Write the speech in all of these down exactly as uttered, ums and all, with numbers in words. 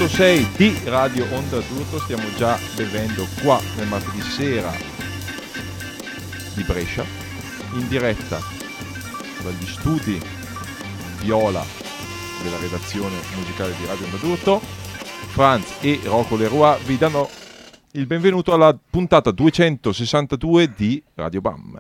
centosei di Radio Onda d'Urto. Stiamo già bevendo qua nel martedì sera di Brescia, in diretta dagli studi Viola della redazione musicale di Radio Onda d'Urto. Franz e Rocco Leroy vi danno il benvenuto alla puntata duecentosessantadue di Radio Bam.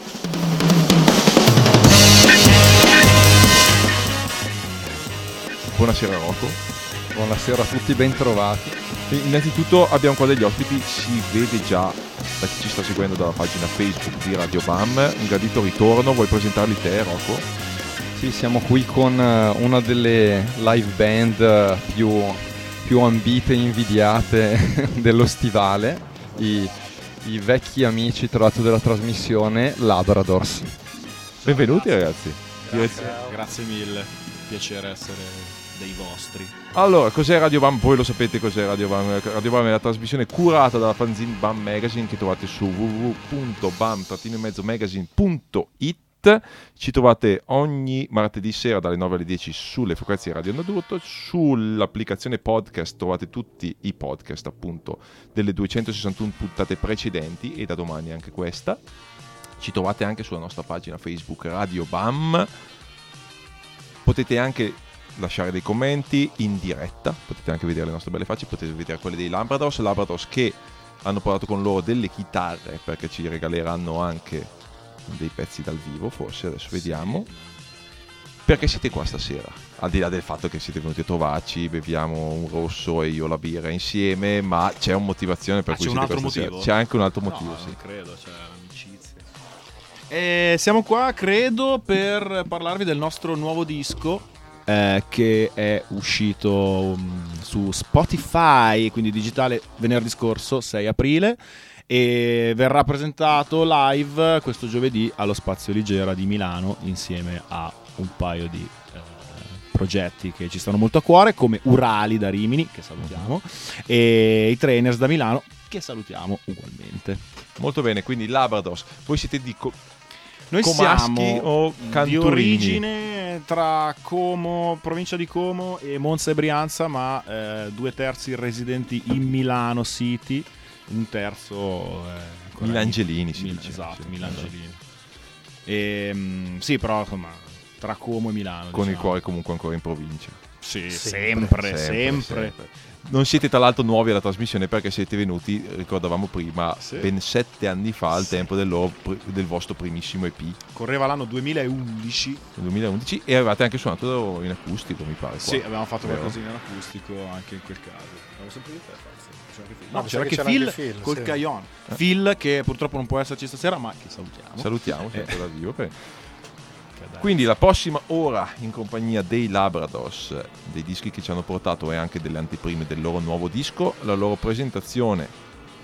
Buonasera Rocco. Buonasera a tutti, ben trovati. Innanzitutto abbiamo qua degli ospiti, si vede già da chi ci sta seguendo dalla pagina Facebook di Radio Bam, un gradito ritorno. Vuoi presentarli te, Rocco? Sì, siamo qui con una delle live band più, più ambite e invidiate dello stivale, i, i vecchi amici trovati della trasmissione Labradors. Benvenuti ragazzi. Grazie, grazie mille, piacere essere dei vostri. Allora, cos'è Radio Bam? Voi lo sapete cos'è Radio Bam. Radio Bam è la trasmissione curata dalla fanzine Bam Magazine, che trovate su w w w punto bam magazine punto it. Ci trovate ogni martedì sera dalle nove alle dieci sulle frequenze di Radio Onda d'Urto. Sull'applicazione podcast trovate tutti i podcast appunto delle duecentosessantuno puntate precedenti e da domani anche questa. Ci trovate anche sulla nostra pagina Facebook Radio Bam. Potete anche lasciare dei commenti in diretta, potete anche vedere le nostre belle facce, potete vedere quelle dei Labradors, Labradors che hanno portato con loro delle chitarre perché ci regaleranno anche dei pezzi dal vivo, forse, adesso vediamo. Perché siete qua stasera? Al di là del fatto che siete venuti a trovarci, beviamo un rosso e io la birra insieme, ma c'è una motivazione per ah, cui c'è siete un altro qua stasera. motivo? C'è anche un altro motivo, no, sì. Non credo, c'è amicizia. E siamo qua, credo, per parlarvi del nostro nuovo disco eh, che è uscito um, su Spotify, quindi digitale, venerdì scorso, sei aprile. E verrà presentato live questo giovedì allo Spazio Ligera di Milano insieme a un paio di eh, progetti che ci stanno molto a cuore, come Urali da Rimini, che salutiamo, e i Trainers da Milano, che salutiamo ugualmente. Molto bene, quindi Labradors. Voi siete di co- Noi comaschi siamo o canturini? Di origine tra Como, provincia di Como, e Monza e Brianza, ma eh, due terzi residenti in Milano City, un terzo eh, Milangelini si Mil- dice. esatto, sì. Milangelini. E, mh, sì, però insomma tra Como e Milano, Con diciamo. il cuore comunque ancora in provincia. Sì, sempre, sempre, sempre. sempre. Non siete tra l'altro nuovi alla trasmissione perché siete venuti, ricordavamo prima, Sì. ben sette anni fa al Sì. tempo del, loro, del vostro primissimo E P Correva l'anno duemilaundici. nel duemilaundici e avevate anche suonato in acustico, mi pare. Qua. Sì, abbiamo fatto Vero? qualcosina in acustico anche in quel caso. Avevo sempre di te, forse. C'era anche Phil. No, No, c'era mi sa anche che Phil, c'era anche Phil, col sì. Caillon. Eh. Phil che purtroppo non può esserci stasera, ma che salutiamo. Salutiamo sempre Eh. dal vivo. per- Che dai. Quindi la prossima ora in compagnia dei Labradors, dei dischi che ci hanno portato e anche delle anteprime del loro nuovo disco, la loro presentazione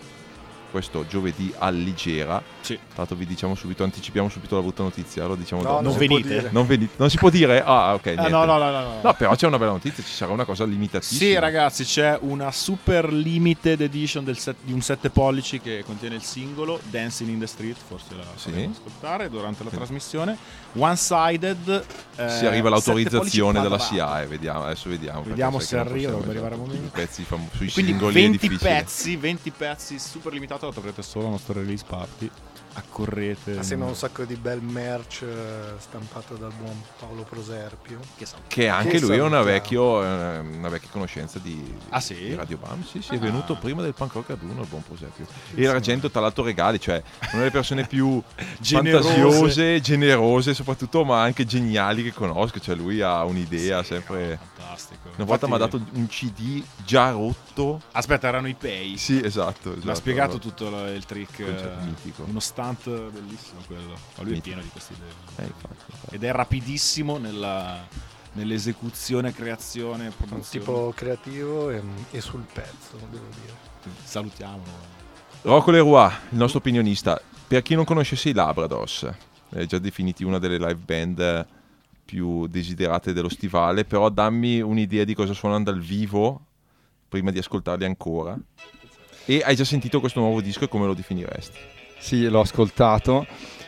questo giovedì a Ligera. Sì. Tra l'altro vi diciamo subito, anticipiamo subito la brutta notizia, lo diciamo No, dopo. non si può venite. dire. Non, venite, non si può dire? Ah, ok. Ah, niente. no, no, no, no, no. No, però c'è una bella notizia, ci sarà una cosa limitatissima. Sì, ragazzi, c'è una super limited edition del set, di un sette pollici che contiene il singolo Dancing in the Street, forse la Sì. faremo ascoltare durante la Sì. trasmissione. One Sided. eh, Si arriva l'autorizzazione sette pollici della quadrati. S I A E, vediamo, adesso vediamo. perché Vediamo sai se che non arriva, possiamo, dovrebbe arrivare esatto, un momento. i pezzi fam- sui Quindi singoli è venti difficile. pezzi, venti pezzi super limitato, lo troverete solo al nostro release party. Accorrete. Assieme a un sacco di bel merch eh, stampato dal buon Paolo Proserpio. Che sa- Che anche Che lui è una, salutiamo. vecchio, eh, una vecchia conoscenza di, Ah, sì? di Radio Bam. Sì, sì, è Ah. venuto prima del Punk Rock a Bruno, il buon Prosecchio. E l'argento tra l'altro regali, cioè una delle persone più Generose. fantasiose, generose soprattutto, ma anche geniali che conosco. Cioè lui ha un'idea Sì, sempre... fantastico. Una volta mi ha dato un C D già rotto. Aspetta, erano i pay. Sì, esatto. esatto. Mi ha spiegato tutto lo- il trick. Concetto eh, mitico. Uno stunt bellissimo quello. Ma lui è Mitico. pieno di queste idee. Eh, infatti, infatti. Ed è rapidissimo nella, nell'esecuzione, creazione, produzione. Tipo creativo e, e sul pezzo, devo dire. Salutiamo. Rocco Leroy, il nostro opinionista. Per chi non conoscesse i Labradors, è già definiti una delle live band più desiderate dello stivale, però dammi un'idea di cosa suonano dal vivo prima di ascoltarli ancora. E hai già sentito questo nuovo disco e come lo definiresti? Sì, l'ho ascoltato.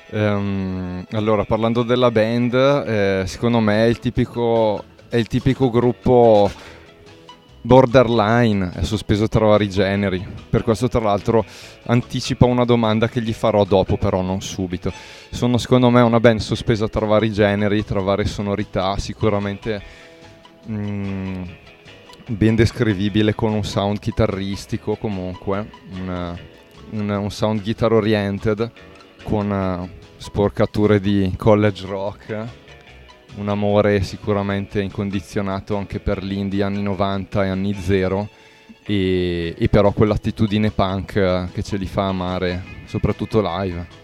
Ehm, allora, parlando della band, eh, secondo me è il tipico, è il tipico gruppo Borderline è sospeso tra vari generi. Per questo, tra l'altro, anticipa una domanda che gli farò dopo, però non subito. Sono secondo me una band sospesa tra vari generi, tra varie sonorità, sicuramente mm, ben descrivibile, con un sound chitarristico comunque, un, un, un sound guitar oriented, con uh, sporcature di college rock, un amore sicuramente incondizionato anche per l'indie anni novanta e anni zero, e, e però quell'attitudine punk che ce li fa amare, soprattutto live.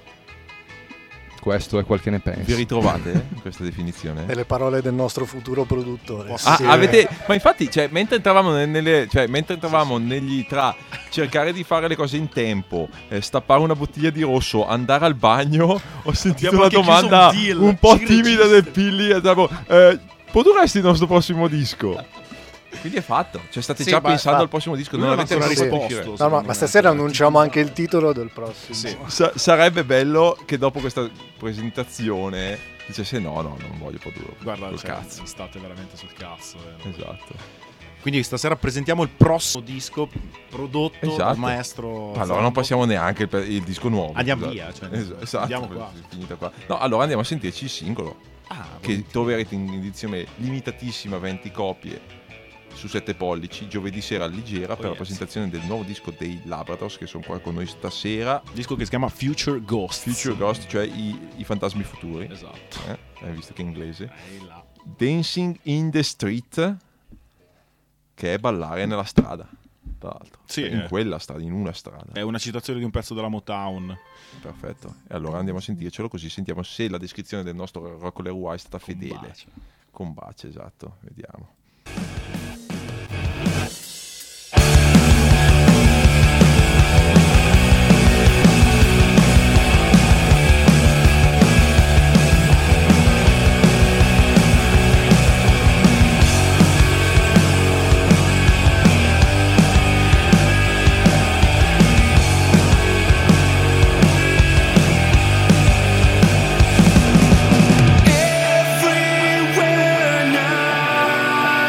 Questo è quel che ne pensi. Vi ritrovate in questa definizione? E le parole del nostro futuro produttore. Ah, Sì. avete, ma infatti, cioè, mentre entravamo nelle, cioè, mentre entravamo negli tra cercare di fare le cose in tempo, eh, stappare una bottiglia di rosso, andare al bagno, ho sentito Abbiamo una anche domanda chiuso un deal, un po' ci timida registri. del Pilli, e stavo, eh, produrresti il nostro prossimo disco? Quindi è fatto, cioè state Sì, già ma- pensando ma- al prossimo disco, Lui non non avete ha ancora ancora risposto. uscire. No, secondo ma, ma me. stasera annunciamo anche il titolo del prossimo. Sì. Sa- sarebbe bello che dopo questa presentazione dicesse no, no, non voglio produrre. Guarda, col cioè, cazzo. state veramente sul cazzo. eh. Esatto. Quindi stasera presentiamo il prossimo disco prodotto Esatto. dal maestro Allora Zambo. non passiamo neanche il, il disco nuovo. Andiamo scusate. via, cioè, Es- esatto, andiamo qua. è finita qua. No, allora andiamo a sentirci il singolo, Ah, che troverete in edizione limitatissima, venti copie su sette pollici, giovedì sera Alligera, per Oh, la yes. presentazione del nuovo disco dei Labradors, che sono qua con noi stasera. disco che si chiama Future Ghost. Future Ghost, cioè i, i fantasmi futuri. Esatto. Eh? Hai visto che è inglese? Ehi là. Dancing in the Street, che è ballare nella strada, tra l'altro. Sì, in eh. quella strada, in una strada. È una citazione di un pezzo della Motown. Perfetto. E allora andiamo a sentircelo, così sentiamo se la descrizione del nostro Rocco Leroy è stata fedele. bacio. Con bacio, esatto. Vediamo. Everywhere now.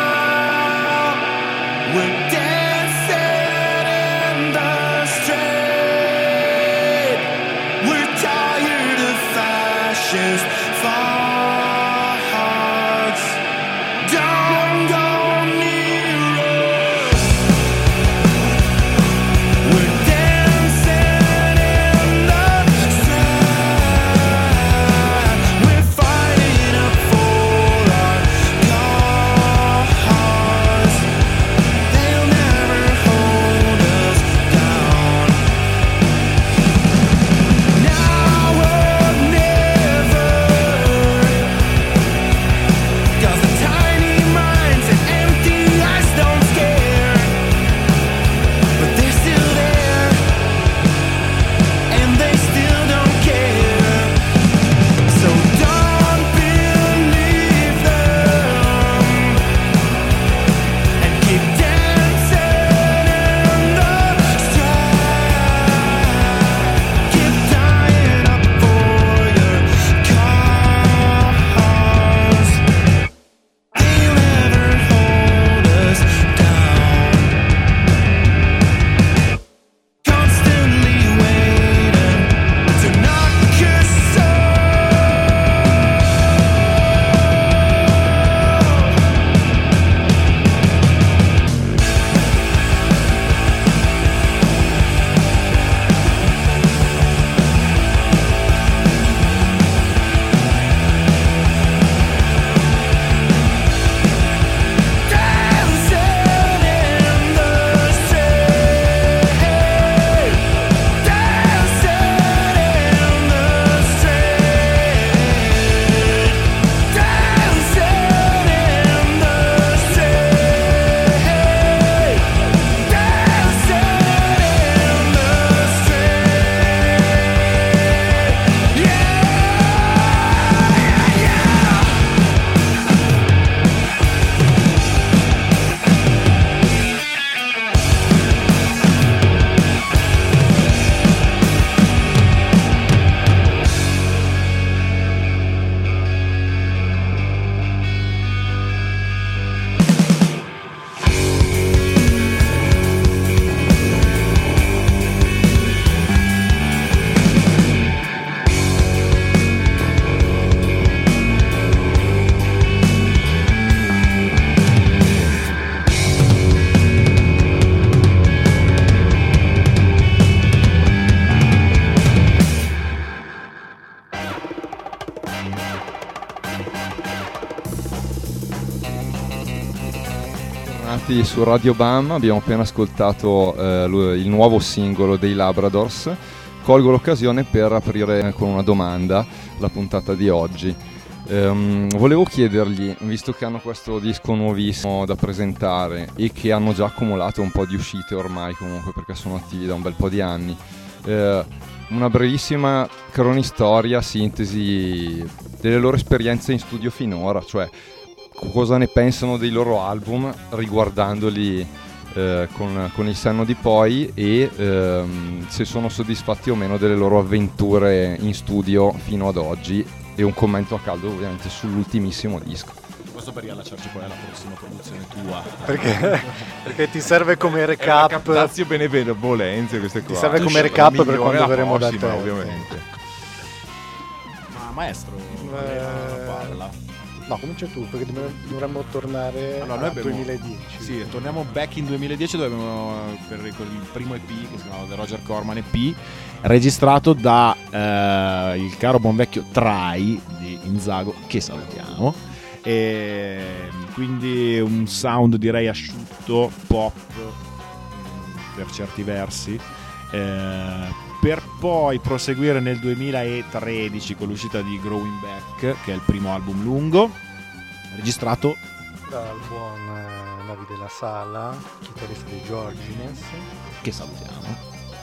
bentornati su Radio Bam. Abbiamo appena ascoltato eh, lo- il nuovo singolo dei Labradors. Colgo l'occasione per aprire con una domanda la puntata di oggi. Ehm, volevo chiedergli, visto che hanno questo disco nuovissimo da presentare e che hanno già accumulato un po' di uscite ormai comunque, perché sono attivi da un bel po' di anni, eh, una brevissima cronistoria, sintesi delle loro esperienze in studio finora, cioè cosa ne pensano dei loro album riguardandoli eh, con, con il senno di poi, e ehm, se sono soddisfatti o meno delle loro avventure in studio fino ad oggi, e un commento a caldo ovviamente sull'ultimissimo disco. Questo per riallacciarci poi alla prossima produzione tua. Perché, perché ti serve come recap. Captazio benevolenze queste Ti qua. serve Tu come scegli recap la per migliore, quando la verremo da prossima, te. ovviamente. Ma maestro, Eh, la palla. No, comincia tu, perché dovremmo- dovremmo tornare Allora, noi al abbiamo- duemiladieci. Sì, torniamo back in duemiladieci, dove abbiamo per il primo E P che si chiamava The Roger Corman E P, registrato da eh, il caro buon vecchio Trai di Inzago, che salutiamo. E quindi un sound direi asciutto, pop mm, per certi versi, eh, per poi proseguire nel duemilatredici con l'uscita di Growing Back, che è il primo album lungo registrato Dal buon eh, Navi della Sala, chitarrista di Georgines. che salutiamo,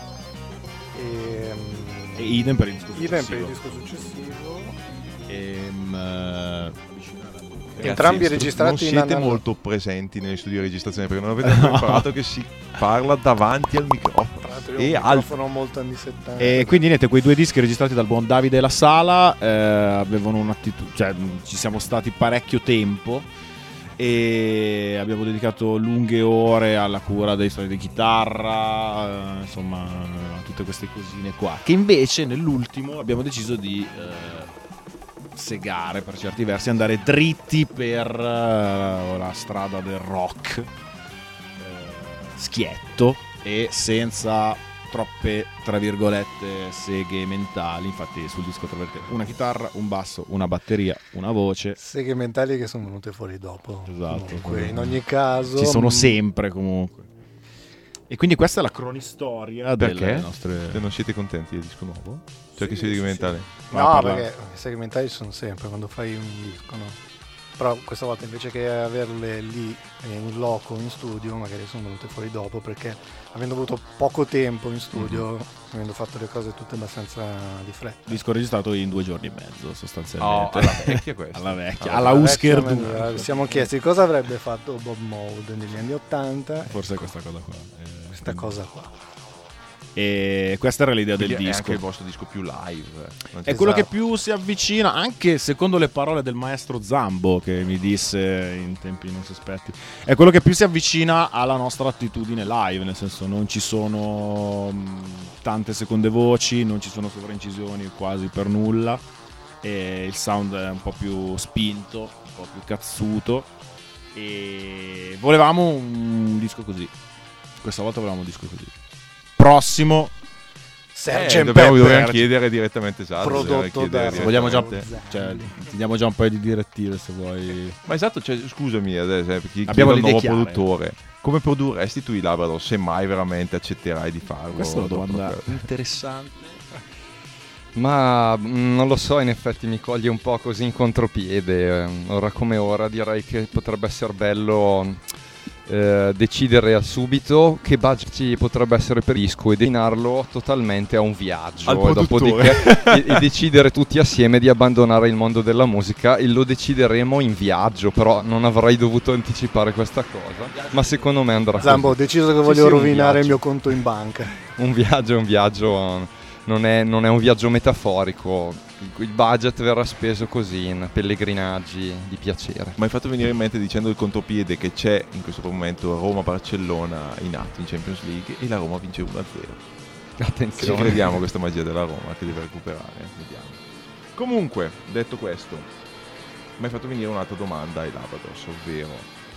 E, e idem per il disco idem per il successivo. disco successivo. Ehm, eh, Ragazzi, Entrambi sto- registrati non in siete analo- molto presenti negli studi di registrazione, perché non avete ancora imparato che si parla davanti al microfono Tra l'altro e io ho un al microfono molto anni settanta. E quindi niente, quei due dischi registrati dal buon Davide La Sala eh, avevano un'attitudine, cioè ci siamo stati parecchio tempo e abbiamo dedicato lunghe ore alla cura dei suoni di chitarra, eh, insomma a tutte queste cosine qua, che invece nell'ultimo abbiamo deciso di eh, segare per certi versi, andare dritti per eh, la strada del rock, eh, schietto e senza troppe, tra virgolette, seghe mentali. Infatti sul disco trovate una chitarra, un basso, una batteria, una voce. Seghe mentali che sono venute fuori dopo. Esatto. Comunque, in ogni caso Ci sono mh, sempre comunque. E quindi questa è la cronistoria Perché? delle nostre... Se non siete contenti del disco nuovo? Cioè che Sì, siete sì, mentali? No, Ma parla- perché i seghe mentali ci sono sempre quando fai un disco, no? Però questa volta invece che averle lì eh, in loco in studio, magari sono venute fuori dopo, perché avendo avuto poco tempo in studio, Mhm. avendo fatto le cose tutte abbastanza di fretta. disco registrato in due giorni e mezzo Oh, sostanzialmente. alla vecchia questa. alla vecchia, Alla alla Vecchia Husker maniera. due. Ci siamo chiesti cosa avrebbe fatto Bob Mould negli anni ottanta, Forse è questa cosa qua. Eh, questa quindi- cosa qua. E questa era l'idea del Quindi è disco. anche il vostro disco più live. Non È c'è- quello che Esatto. più si avvicina, anche secondo le parole del maestro Zambo, che mi disse in tempi non sospetti, è quello che più si avvicina alla nostra attitudine live, nel senso non ci sono mh, tante seconde voci, non ci sono sovraincisioni quasi per nulla, e il sound è un po' più spinto, un po' più cazzuto, e volevamo un disco così. Questa volta volevamo un disco così. Prossimo. Serge Eh, and dobbiamo, Pepper, dobbiamo chiedere direttamente esatto. prodotto dobbiamo chiedere da- Vogliamo già, direttamente. cioè, ti diamo già un paio di direttive se vuoi. Ma esatto, cioè, scusami adesso, eh, perché Abbiamo chiedo al le nuovo idee chiare. produttore, come produrresti tu i Labrador, se mai veramente accetterai di farlo? Questa è una dopo domanda per- interessante. Ma mh, non lo so, in effetti mi coglie un po' così in contropiede. eh, Ora come ora direi che potrebbe essere bello eh, decidere subito che budget ci potrebbe essere per il disco e destinarlo totalmente a un viaggio. Al e produttore. dopodiché e, e decidere tutti assieme di abbandonare il mondo della musica, e lo decideremo in viaggio. Però non avrei dovuto anticipare questa cosa, ma secondo me andrà Zambo, ho così. deciso che Sì, voglio sì, un rovinare il viaggio. mio conto in banca. Un viaggio è un viaggio, non è, non è un viaggio metaforico. Il budget verrà speso così in pellegrinaggi di piacere. Mi hai fatto venire in mente dicendo il contropiede che c'è in questo momento Roma-Barcellona in atto in Champions League e la Roma vince uno a zero. Ci Attenzione. crediamo questa magia della Roma che deve recuperare, vediamo. Comunque, detto questo, mi hai fatto venire un'altra domanda ai Labradors, ovvero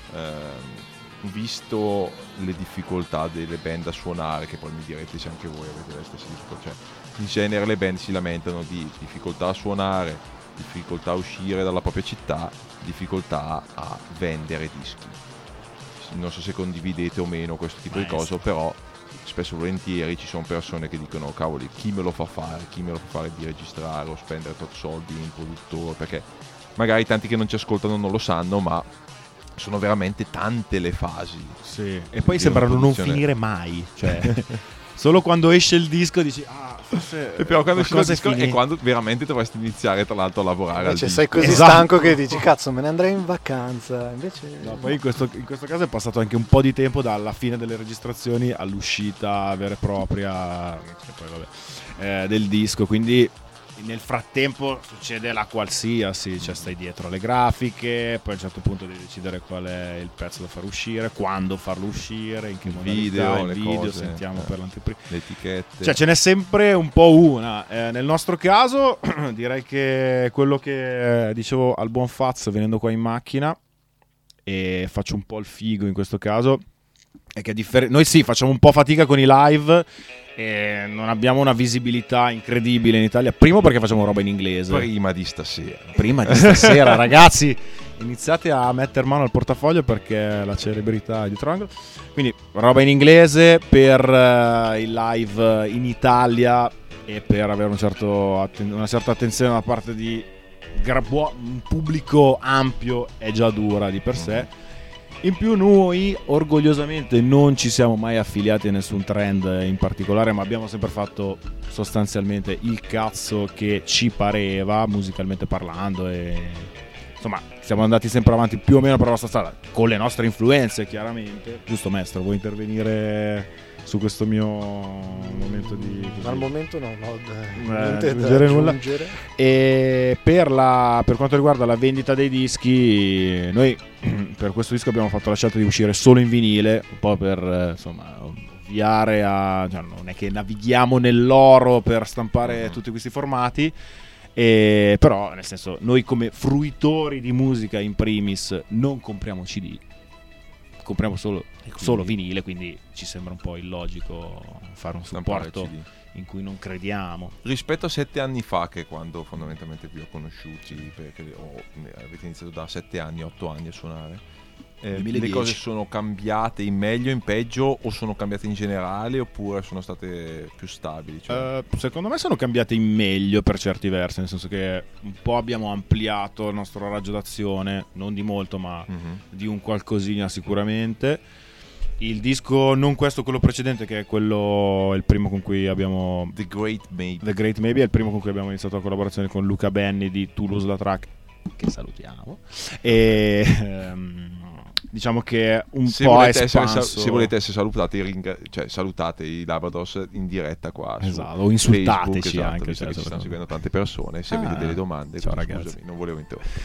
ehm, visto le difficoltà delle band a suonare, che poi mi direte se anche voi avete le stesse difficoltà, cioè in genere le band si lamentano di difficoltà a suonare, difficoltà a uscire dalla propria città, difficoltà a vendere dischi. non so se condividete o meno questo tipo Maestro. di cose, però spesso e volentieri ci sono persone che dicono cavoli, chi me lo fa fare, chi me lo fa fare di registrare o spendere tot soldi in produttore, perché magari tanti che non ci ascoltano non lo sanno, ma sono veramente tante le fasi. Sì. E poi sembrano non finire mai, cioè solo quando esce il disco dici ah forse E però quando esce il qualcosa è disco è finito. quando veramente dovresti iniziare tra l'altro a lavorare al Invece disco. sei così Esatto. stanco che dici cazzo me ne andrei in vacanza, invece No, poi in questo, in questo caso è passato anche un po' di tempo dalla fine delle registrazioni all'uscita vera e propria che poi, vabbè, eh, del disco, quindi nel frattempo succede la qualsiasi, cioè stai dietro alle grafiche, poi a un certo punto devi decidere qual è il pezzo da far uscire, quando farlo uscire, in che Il modalità, video, il le video, cose, sentiamo eh. per l'anteprima. Le etichette. Cioè ce n'è sempre un po' una. Eh, nel nostro caso direi che quello che eh, dicevo al buon Faz venendo qua in macchina, e faccio un po' il figo in questo caso, è che a differ- noi sì facciamo un po' fatica con i live e non abbiamo una visibilità incredibile in Italia, primo perché facciamo roba in inglese, Prima di stasera. prima di stasera ragazzi iniziate a mettere mano al portafoglio perché la celebrità è dietro l'angolo, quindi roba in inglese per uh, il live in Italia e per avere un certo atten- una certa attenzione da parte di gra- buo- un pubblico ampio è già dura di per sé. In più noi orgogliosamente non ci siamo mai affiliati a nessun trend in particolare, ma abbiamo sempre fatto sostanzialmente il cazzo che ci pareva musicalmente parlando e insomma siamo andati sempre avanti più o meno per la nostra strada con le nostre influenze chiaramente. Giusto maestro, vuoi intervenire su questo mio momento di così? al momento no, no Eh, niente da aggiungere nulla. aggiungere. E per, la, per quanto riguarda la vendita dei dischi, noi per questo disco abbiamo fatto la scelta di uscire solo in vinile, un po' per eh, insomma ovviare a, cioè, non è che navighiamo nell'oro per stampare tutti questi formati, e, però nel senso noi come fruitori di musica in primis non compriamo C D, compriamo solo, solo vinile, quindi ci sembra un po' illogico fare un Stampare supporto C D. in cui non crediamo. Rispetto a sette anni fa, che è quando fondamentalmente vi ho conosciuti, perché ho, avete iniziato da sette anni, otto anni a suonare, eh, le duemiladieci. cose sono cambiate in meglio, in peggio, o sono cambiate in generale, oppure sono state più stabili? Cioè, Uh, secondo me sono cambiate in meglio per certi versi, nel senso che un po' abbiamo ampliato il nostro raggio d'azione, non di molto ma mhm. di un qualcosina sicuramente. Il disco, non questo, quello precedente, che è quello, è il primo con cui abbiamo The Great Maybe. The Great Maybe, è il primo con cui abbiamo iniziato la collaborazione con Luca Benni di Toulouse-Lautrec, che salutiamo, e ehm, diciamo che un Se po' è volete, essere, espanso. sa- se volete essere salutati, ringa- cioè salutate i Labradors in diretta qua su Esatto, o insultateci Facebook, esatto, anche, visto cioè, che ci stanno soprattutto. seguendo tante persone. Se Ah, avete delle domande, ciao, quindi ragazzi. scusami, non volevo interrompere.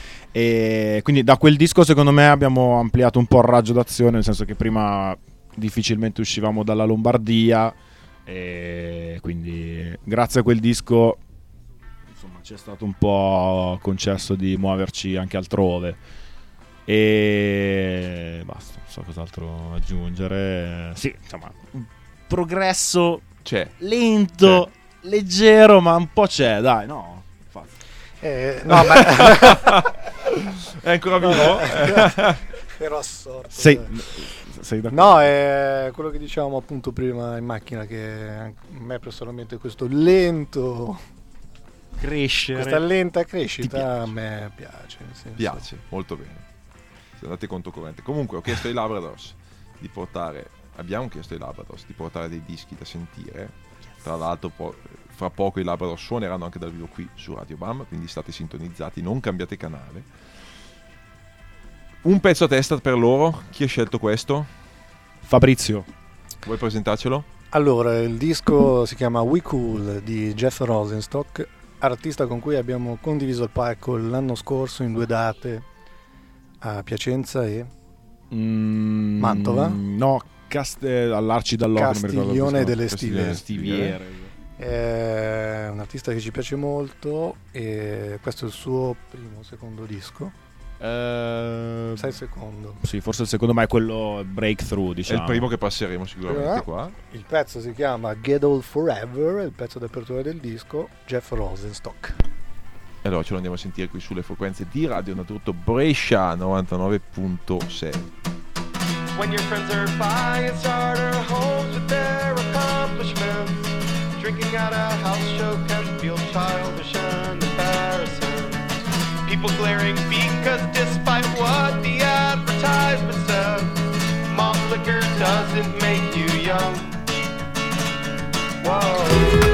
E quindi da quel disco secondo me abbiamo ampliato un po' il raggio d'azione, nel senso che prima difficilmente uscivamo dalla Lombardia e quindi grazie a quel disco insomma ci è stato un po' concesso di muoverci anche altrove e basta, non so cos'altro aggiungere. Sì, insomma un progresso C'è. lento, leggero, ma un po' c'è, dai, no? Infatti. Eh, no ma È ancora vivo? ero assorto. Sei, dai. sei d'accordo? No, è quello che dicevamo appunto prima in macchina, che a me personalmente questo lento, Crescere. questa lenta Ti crescita piace? a me piace. nel senso- Piace, molto bene. Se andate conto corrente. Comunque ho chiesto ai Labradors di portare, abbiamo chiesto ai Labradors di portare dei dischi da sentire. Tra l'altro po- fra poco i Labradors suoneranno anche dal vivo qui su Radio Bam, quindi state sintonizzati, non cambiate canale. Un pezzo a testa per loro. Chi ha scelto questo? Fabrizio. Vuoi presentarcelo? Allora, il disco si chiama We Cool di Jeff Rosenstock, artista con cui abbiamo condiviso il palco l'anno scorso in due date a Piacenza e Mm, Mantova? No, Caste- all'Arci dall'Oro. non mi ricordo come si Castiglione chiama. delle Castiglione Stiviere. Stiviere. È un artista che ci piace molto e questo è il suo primo o secondo disco. Eh, Sai il secondo. sì, forse il secondo, ma è quello breakthrough, È diciamo. il primo che passeremo sicuramente Eh. qua. Il pezzo si chiama Get Old Forever, è il pezzo d'apertura del disco, Jeff Rosenstock. E allora ce lo andiamo a sentire qui sulle frequenze di Radio Naturto Brescia novantanove virgola sei. When your friends are buying starter homes with their accomplishments, drinking at a house show can feel childish and embarrassing. People glaring because despite what the advertisement says, malt liquor doesn't make you young. Whoa.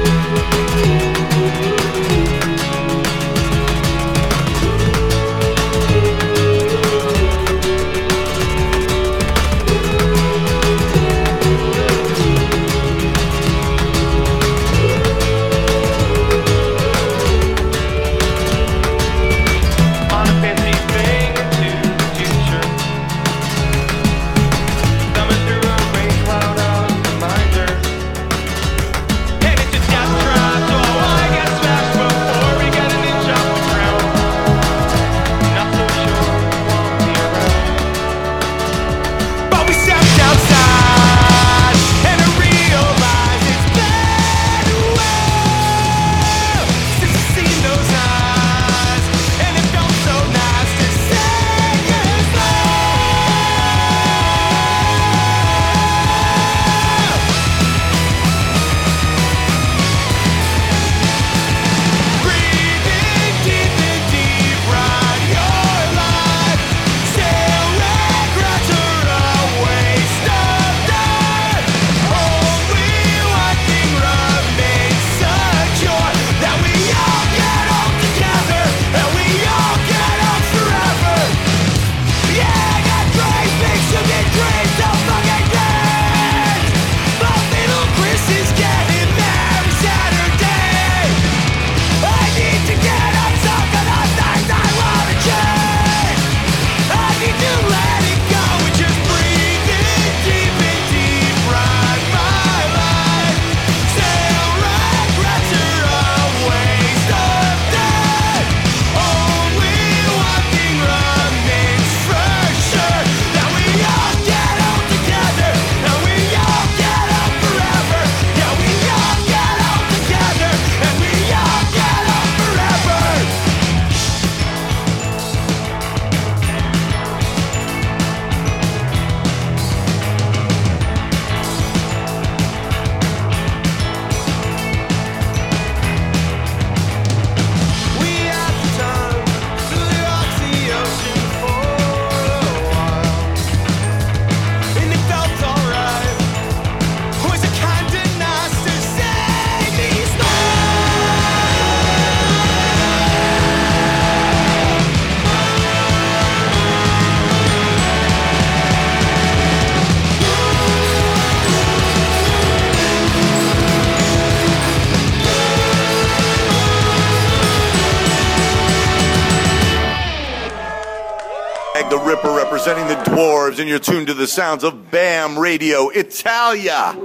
The Ripper representing the Dwarves, and you're tuned to the sounds of BAM Radio Italia.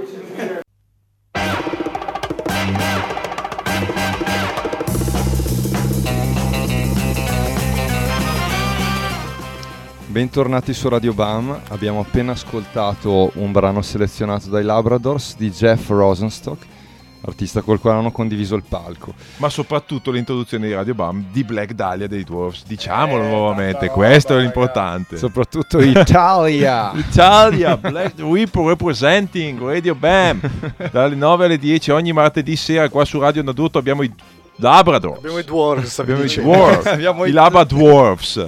Bentornati su Radio BAM, abbiamo appena ascoltato un brano selezionato dai Labradors di Jeff Rosenstock, artista col quale hanno condiviso il palco. Ma soprattutto l'introduzione di Radio Bam di Black Dahlia dei Dwarfs, diciamolo eh, nuovamente, questo è l'importante. Soprattutto Italia. Italia, Black Whipple representing Radio Bam, dalle nove alle dieci ogni martedì sera qua su Radio Nadurto abbiamo i Labradors. Abbiamo i Dwarfs, abbiamo i Dwarfs, abbiamo i Laba Dwarfs.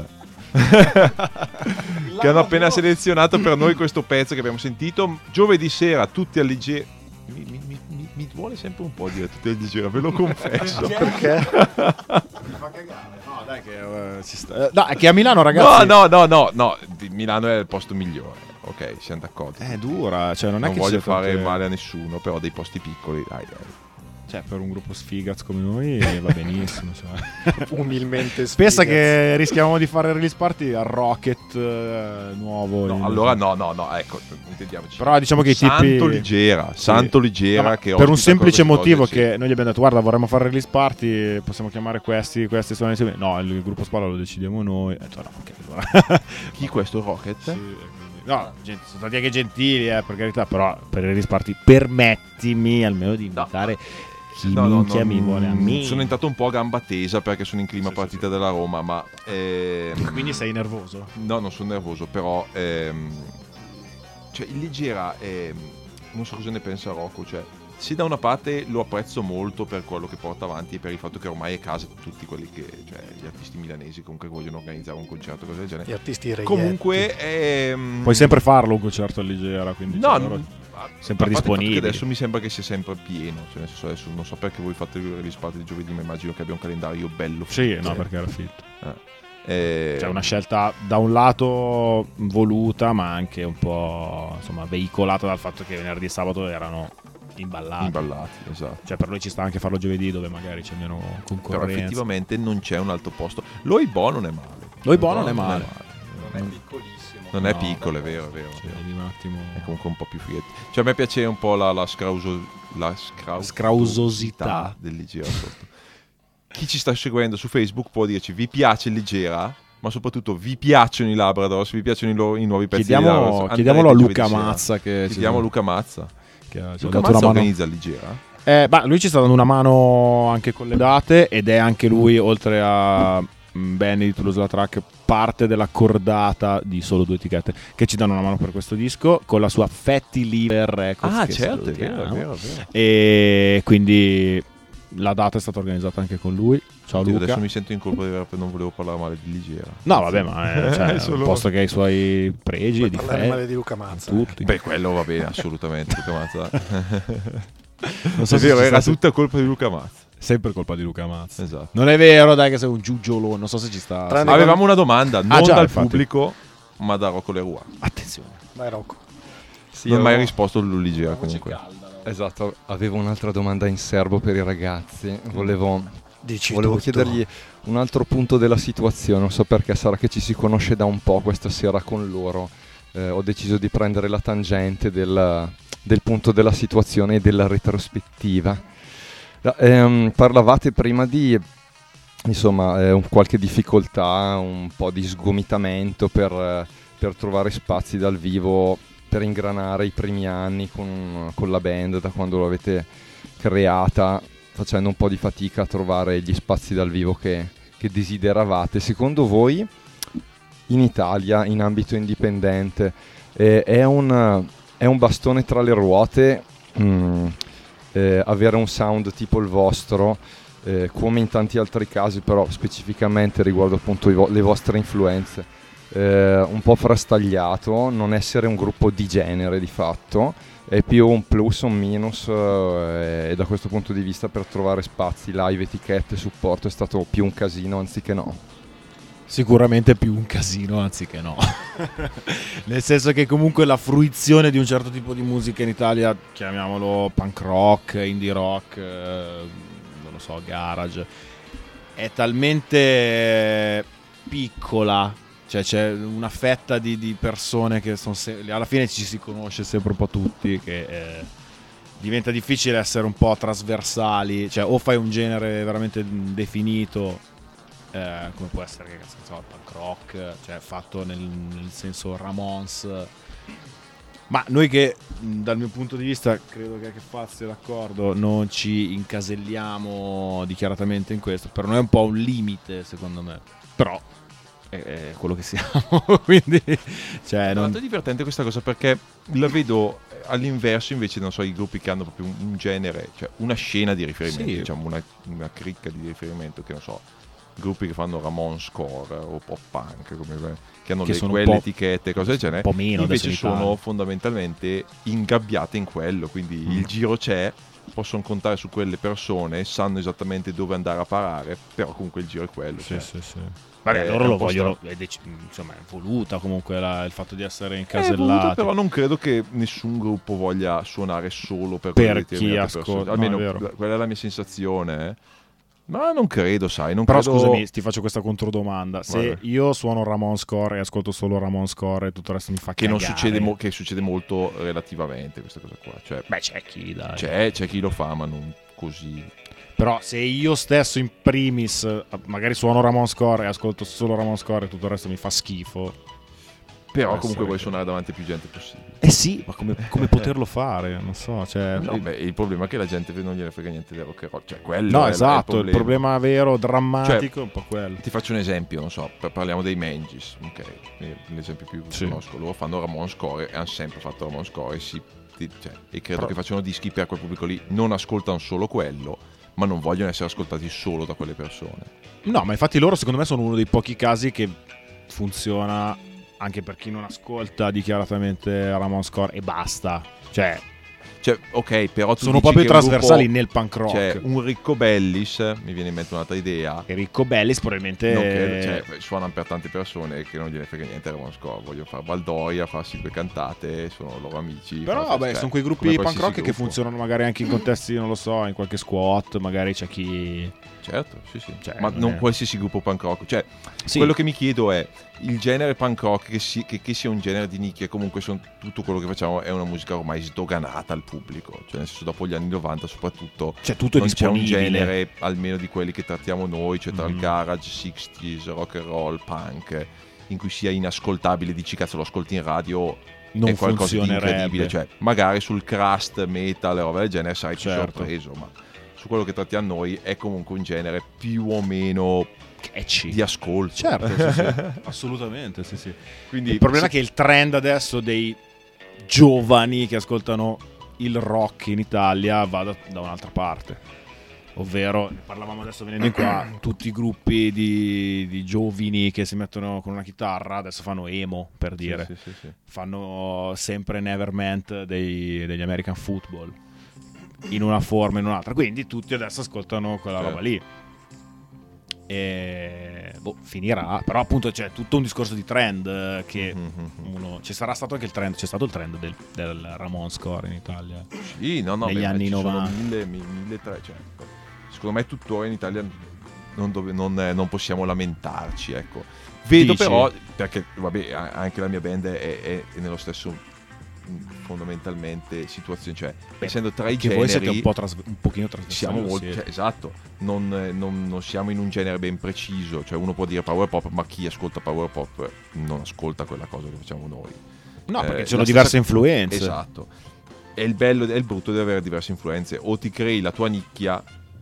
Che hanno appena selezionato per noi questo pezzo che abbiamo sentito giovedì sera, tutti alleggeriti. Mi, mi, mi, mi duole sempre un po' dire tutti alleggeriti, ve lo confesso. Perché? Mi fa cagare. No, dai che uh, ci sta. No, è che a Milano, ragazzi. No, no, no, no, no, Milano è il posto migliore. Ok, siamo d'accordo. È dura, cioè non, non è che voglio fare tante... male a nessuno, però dei posti piccoli, dai, dai. Cioè, per un gruppo sfigaz come noi va benissimo. Cioè. Umilmente sfigaz. Pensa che rischiamo di fare il release party al Rocket eh, nuovo. No, allora no, no, no, ecco, intendiamoci. Però diciamo che i Santo tipi... Ligera, sì. Santo Ligera no, che per un semplice motivo cose, che sì. noi gli abbiamo detto guarda vorremmo fare il release party, possiamo chiamare questi, questi sono insieme. No, il gruppo Spalla lo decidiamo noi. Ho detto, no, okay, allora. Chi questo Rocket? Sì. No, gente, sono stati anche gentili, eh, per carità, però per il release party permettimi almeno di invitare... No. Chi no, minchia no, mi vuole a me. Sono entrato un po' a gamba tesa perché sono in clima sì, partita sì, della Roma, ma ehm, quindi sei nervoso? No, non sono nervoso, però ehm, cioè il Leggera è, non so cosa ne pensa Rocco, cioè se da una parte lo apprezzo molto per quello che porta avanti e per il fatto che ormai è casa di tutti quelli che, cioè gli artisti milanesi comunque vogliono organizzare un concerto, cose del genere. Gli artisti reietti. Comunque è, puoi sempre farlo un concerto a Leggera, quindi no, cioè, loro sempre disponibili. Adesso mi sembra che sia sempre pieno, cioè nel senso adesso non so perché voi fate gli spot di giovedì, ma immagino che abbia un calendario bello. Sì, no, perché era fitto. Eh. Eh, C'è una scelta da un lato voluta, ma anche un po' insomma veicolata dal fatto che venerdì e sabato erano imballati. Imballati, esatto. Cioè per noi ci sta anche farlo giovedì dove magari c'è meno concorrenza. Però effettivamente non c'è un altro posto. L'Oibo non è male. L'Oibo non è male. Non è piccolissimo. Non è No, piccolo, è vero, è vero. Cioè, è, vero. di un attimo... È comunque un po' più fighetti. Cioè a me piace un po' la, la, scrauso, la scrausosità Scrausosità del Leggera sotto. Chi ci sta seguendo su Facebook può dirci vi piace il Leggera, ma soprattutto vi piacciono i Labrador, se vi piacciono i, loro, i nuovi pezzi Chiediamo, di Labrador. chiediamolo a Luca Sera. Mazza che Chiediamo a ci- Luca Mazza. che ha- ci ha Luca dato una Mazza mano. organizza il Leggera? Eh, bah, lui ci sta dando una mano anche con le date ed è anche lui, oltre a mm, Benny di Toulouse la Track, parte della cordata di Solo Due Etichette che ci danno una mano per questo disco con la sua Fatty Liver Records. Ah che certo, è salutiamo. vero, è vero, è vero. E quindi la data è stata organizzata anche con lui. Ciao Oddio, Luca. adesso mi sento in colpa di aver non volevo parlare male di Leggera. No, vabbè, ma è, cioè, È solo- un posto che ha i suoi pregi Puoi e parlare difetti. male di Luca Mazza. Tutti. Beh, quello va bene, assolutamente. Luca Mazza. Non so È se vero, ci era sta- tutta colpa di Luca Mazza. sempre colpa di Luca Mazza. Esatto. Non è vero, dai, che sei un giugiolone. Non so se ci sta. Tranne sì. Avevamo una domanda, non Ah, già, dal infatti. pubblico, ma da Rocco Leroy. Attenzione. Vai Rocco. Sì, non ha mai avevo- risposto il Leggera comunque. Esatto, avevo un'altra domanda in serbo per i ragazzi. Volevo, Dici volevo tutto. chiedergli un altro punto della situazione. Non so perché, sarà che ci si conosce da un po' questa sera con loro. Eh, ho deciso di prendere la tangente del, del punto della situazione e della retrospettiva. Da- ehm, parlavate prima di insomma eh, un- qualche difficoltà, un po' di sgomitamento per, eh, per trovare spazi dal vivo, per ingranare i primi anni con, con la band, da quando l'avete creata, facendo un po' di fatica a trovare gli spazi dal vivo che, che desideravate. Secondo voi in Italia, in ambito indipendente, eh, è, un, è un bastone tra le ruote mm, eh, avere un sound tipo il vostro, eh, come in tanti altri casi, però specificamente riguardo appunto i vo- le vostre influenze, eh, un po' frastagliato, non essere un gruppo di genere di fatto, è più un plus o un minus, eh, e da questo punto di vista per trovare spazi, live, etichette, supporto è stato più un casino anziché no. Sicuramente più un casino anziché no. Nel senso che comunque la fruizione di un certo tipo di musica in Italia, chiamiamolo punk rock, indie rock, eh, non lo so, garage, è talmente piccola, cioè c'è una fetta di, di persone che sono se- alla fine ci si conosce sempre un po' tutti, che eh, diventa difficile essere un po' trasversali, cioè o fai un genere veramente definito, eh, come può essere, che cazzo ne so, il punk rock, cioè fatto nel, nel senso Ramones, ma noi che mh, dal mio punto di vista, credo che, che Faz sia d'accordo, non ci incaselliamo dichiaratamente in questo, per noi è un po' un limite secondo me, però è, è quello che siamo. Quindi cioè, Tra non... l'altro è divertente questa cosa perché la vedo all'inverso invece, non so, i gruppi che hanno proprio un, un genere, cioè una scena di riferimento, Sì. diciamo una, una cricca di riferimento, che non so, gruppi che fanno Ramones core o pop punk, come, che hanno Che le, sono un quelle po'- etichette, cose del genere, un po' meno adesso invece in sono Italia. fondamentalmente ingabbiate in quello, quindi Mm. il giro c'è, possono contare su quelle persone, sanno esattamente dove andare a parare, però comunque il giro è quello. Sì, cioè. sì, sì. Vabbè, Eh, loro è lo un po' vogliono, è dec- insomma, è voluta comunque la- il fatto di essere È incasellati. voluto, però non credo che nessun gruppo voglia suonare solo per, Per quelle chi determinate ascolta, persone. no, Almeno è vero. la- quella è la mia sensazione. eh. Ma non credo, sai. Non Però credo... scusami, ti faccio questa controdomanda. Se Guarda. io suono Ramones core e ascolto solo Ramones core e tutto il resto mi fa Che, non cagare. succede mo- che succede molto relativamente questa cosa qua. Cioè, Beh, c'è chi, dai. c'è, c'è chi lo fa, ma non così. Però se io stesso in primis magari suono Ramones core e ascolto solo Ramones core e tutto il resto mi fa schifo. Però Può comunque essere vuoi che- suonare davanti a più gente possibile. Eh sì, ma come, come poterlo fare? Non so, cioè... No, beh, il problema è che la gente non gliene frega niente del rock and roll, cioè quello No, è, esatto, è il problema vero, drammatico, Cioè, è un po' quello. Ti faccio un esempio, non so, par- parliamo dei Mangis, ok? L'esempio più Sì. conosco, loro fanno Ramones Core e hanno sempre fatto Ramones Core e, si, ti- cioè, e credo Però- che facciano dischi per quel pubblico lì, non ascoltano solo quello, ma non vogliono essere ascoltati solo da quelle persone. No, ma infatti loro secondo me sono uno dei pochi casi che funziona anche per chi non ascolta dichiaratamente Ramones Core e basta. Cioè, Cioè, ok, però tu sono dici proprio che un trasversali gruppo- nel punk rock. Cioè, un Ricco Bellis, mi viene in mente un'altra idea, E Ricco Bellis probabilmente... non credo, cioè, suonano per tante persone che non gliene frega niente Ramones Core, vogliono fare Baldoria, farsi due cantate, sono loro amici. Però fanno- vabbè, cioè, sono quei gruppi come punk qualsiasi rock che gruppo. funzionano magari anche in contesti, non lo so, in qualche squat, magari c'è chi... Certo, sì, sì. Cioè, ma non non è- qualsiasi gruppo punk rock. Cioè, Sì. quello che mi chiedo è il genere punk rock che, si- che- che sia un genere di nicchia. Comunque son- tutto quello che facciamo è una musica ormai sdoganata al pubblico. Cioè, nel senso, dopo gli anni novanta, soprattutto, Cioè, tutto è non c'è un disponibile. genere, almeno di quelli che trattiamo noi, cioè tra il Mhm. garage, sixties, rock and roll, punk, in cui sia inascoltabile. Dici, cazzo, lo ascolti in radio. Non è qualcosa di funzionerebbe. incredibile. Cioè, magari sul crust, metal e roba del genere sarai più Certo. sorpreso, ma su quello che trattiamo noi è comunque un genere più o meno Catchy. di ascolto. Certo, sì, sì. Assolutamente, sì, sì. Quindi Il problema se- è che il trend adesso dei giovani che ascoltano il rock in Italia va da, da un'altra parte. Ovvero, ne parlavamo adesso venendo in qua, tutti i gruppi di, di giovani che si mettono con una chitarra, adesso fanno emo, per dire. Sì, sì, sì, sì. Fanno sempre Nevermind dei- degli American Football, in una forma o in un'altra. Quindi tutti adesso ascoltano quella Certo. roba lì. E boh, finirà. Però appunto c'è tutto un discorso di trend eh, che Mhm. uno... Ci sarà stato anche il trend, c'è stato il trend del, del Ramones Core in Italia. Sì, no, no, Negli beh, anni ci sono novanta. mille, mi- mille tre, cioè, secondo me tuttora in Italia non, dove- non, eh, non possiamo lamentarci, ecco. Vedo Dici? però, perché vabbè, a- anche la mia band è, è- è nello stesso mh, fondamentalmente situazione, cioè Beh, essendo tra i Che generi voi siete un po' tras- un pochino trasversali. siamo molto, sì. cioè, esatto, non, eh, non- non siamo in un genere ben preciso, cioè uno può dire power pop, ma chi ascolta power pop non ascolta quella cosa che facciamo noi. No, perché Eh, ci sono la diverse stessa- influenze. Esatto. È il bello e il brutto di avere diverse influenze. O ti crei la tua nicchia,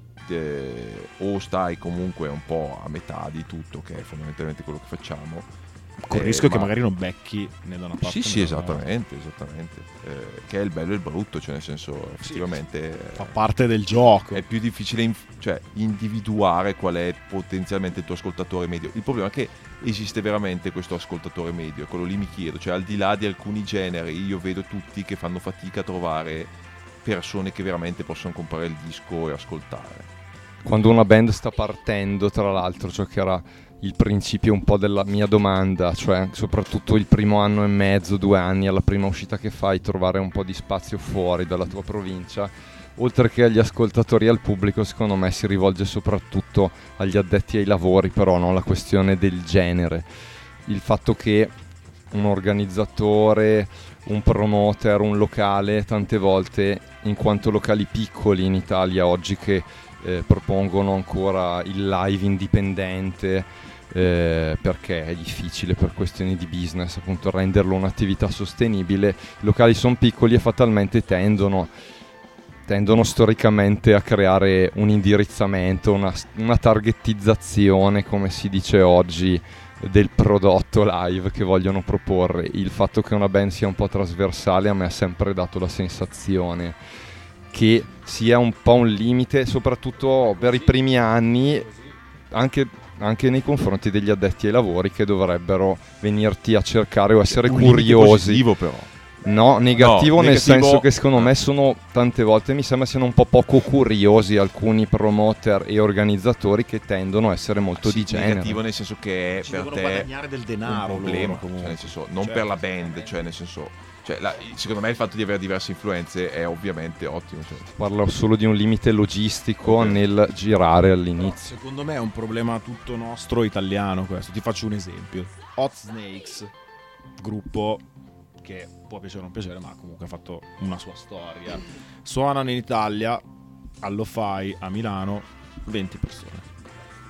eh, o stai comunque un po' a metà di tutto, che è fondamentalmente quello che facciamo. Con il Eh, rischio che ma- magari non becchi né da una parte Sì, sì, né dall'altra. esattamente, esattamente. Eh, che è il bello e il brutto, cioè nel senso, effettivamente Fa eh, parte del gioco. è più difficile inf- cioè, individuare qual è potenzialmente il tuo ascoltatore medio. Il problema è che esiste veramente questo ascoltatore medio, e quello lì mi chiedo, cioè al di là di alcuni generi, io vedo tutti che fanno fatica a trovare persone che veramente possono comprare il disco e ascoltare. Quando una band sta partendo, tra l'altro, ciò che era il principio un po' della mia domanda, cioè soprattutto il primo anno e mezzo, due anni, alla prima uscita che fai, trovare un po' di spazio fuori dalla tua provincia, oltre che agli ascoltatori e al pubblico, secondo me si rivolge soprattutto agli addetti ai lavori, però non la questione del genere. Il fatto che un organizzatore, un promoter, un locale, tante volte, in quanto locali piccoli in Italia oggi che eh, propongono ancora il live indipendente, eh, perché è difficile per questioni di business appunto renderlo un'attività sostenibile, i locali sono piccoli e fatalmente tendono tendono storicamente a creare un indirizzamento, una, una targettizzazione, come si dice oggi, del prodotto live che vogliono proporre. Il fatto che una band sia un po' trasversale a me ha sempre dato la sensazione che sia un po' un limite, soprattutto per i primi anni, anche, anche nei confronti degli addetti ai lavori, che dovrebbero venirti a cercare o essere Un limite curiosi. positivo, però. No, negativo, No, nel negativo- senso che secondo me sono tante volte mi sembra siano un po' poco curiosi alcuni promoter e organizzatori che tendono a essere molto Sì, di genere. negativo nel senso che è Ci per devono te guadagnare del denaro un problema, loro, comunque. cioè nel senso, non Certo. per la band, cioè nel senso, cioè, la- secondo me il fatto di avere diverse influenze è ovviamente ottimo, cioè. Parlo solo di un limite logistico nel girare all'inizio. Secondo me è un problema tutto nostro italiano questo. Ti faccio un esempio. Hot Snakes, gruppo che può piacere o non piacere, ma comunque ha fatto una sua storia. Suonano in Italia, allo Fai a Milano, venti persone.